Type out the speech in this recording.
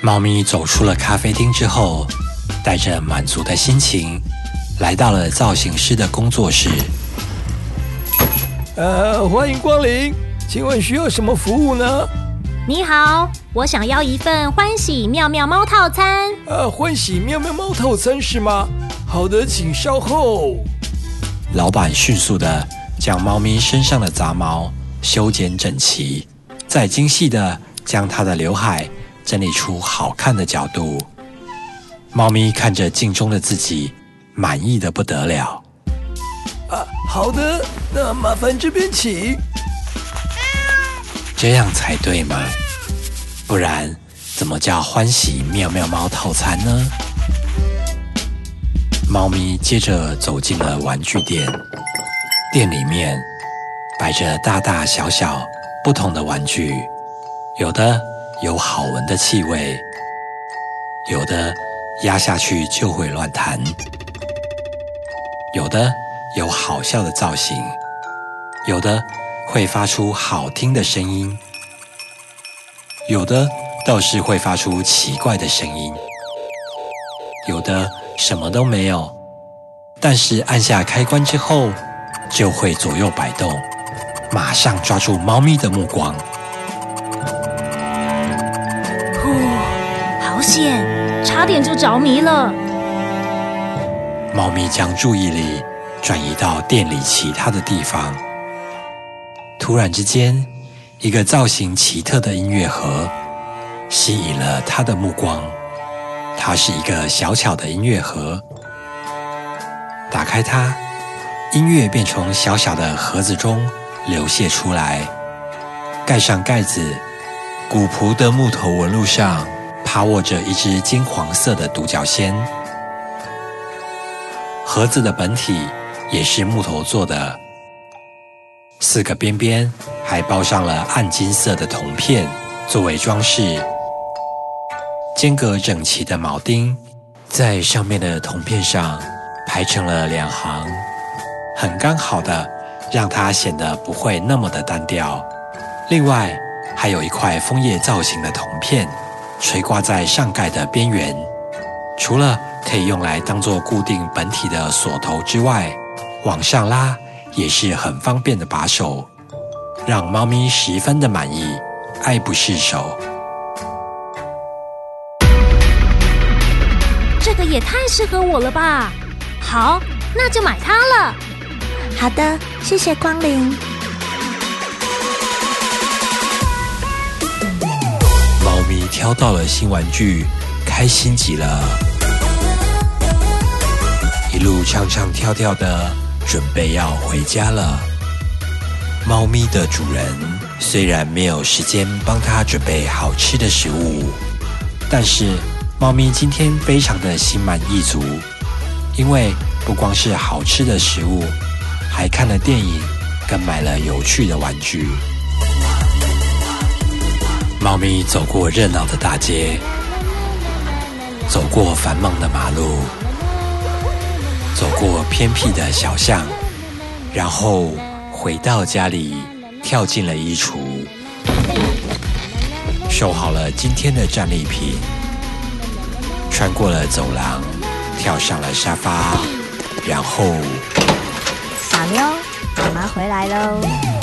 猫咪走出了咖啡厅之后，带着满足的心情，来到了造型师的工作室。 欢迎光临，请问需要什么服务呢？ 你好，我想要一份欢喜妙妙猫套餐。 欢喜妙妙猫套餐是吗？好的，请稍后。 老板迅速地将猫咪身上的杂毛修剪整齐，再精细地将它的刘海整理出好看的角度。猫咪看着镜中的自己，满意得不得了。 好的，那麻烦这边请。 这样才对嘛，不然怎么叫欢喜妙妙猫套餐呢？猫咪接着走进了玩具店，店里面摆着大大小小不同的玩具，有的有好闻的气味，有的压下去就会乱弹，有的有好笑的造型，有的会发出好听的声音，有的倒是会发出奇怪的声音，有的什么都没有，但是按下开关之后就会左右摆动，马上抓住猫咪的目光。 好险，差点就着迷了。 猫咪将注意力转移到店里其他的地方。突然之间，一个造型奇特的音乐盒吸引了它的目光。它是一个小巧的音乐盒，打开它，音乐便从小小的盒子中流泻出来。盖上盖子，古朴的木头纹路上趴卧着一只金黄色的独角仙。盒子的本体也是木头做的，4个边边还包上了暗金色的铜片作为装饰。间隔整齐的铆钉在上面的铜片上排成了2行，很刚好的让它显得不会那么的单调。另外还有一块枫叶造型的铜片垂挂在上盖的边缘，除了可以用来当作固定本体的锁头之外，往上拉也是很方便的把手，让猫咪十分的满意，爱不释手。 这个也太适合我了吧！好，那就买它了。 好的，谢谢光临。 猫咪挑到了新玩具，开心极了，一路唱唱跳跳的，准备要回家了。猫咪的主人虽然没有时间帮它准备好吃的食物，但是猫咪今天非常的心满意足，因为不光是好吃的食物，还看了电影，跟买了有趣的玩具。猫咪走过热闹的大街，走过繁忙的马路，走过偏僻的小巷，然后回到家里，跳进了衣橱，收好了今天的战利品，穿过了走廊，跳上了沙发，然后小妞，妈妈回来喽。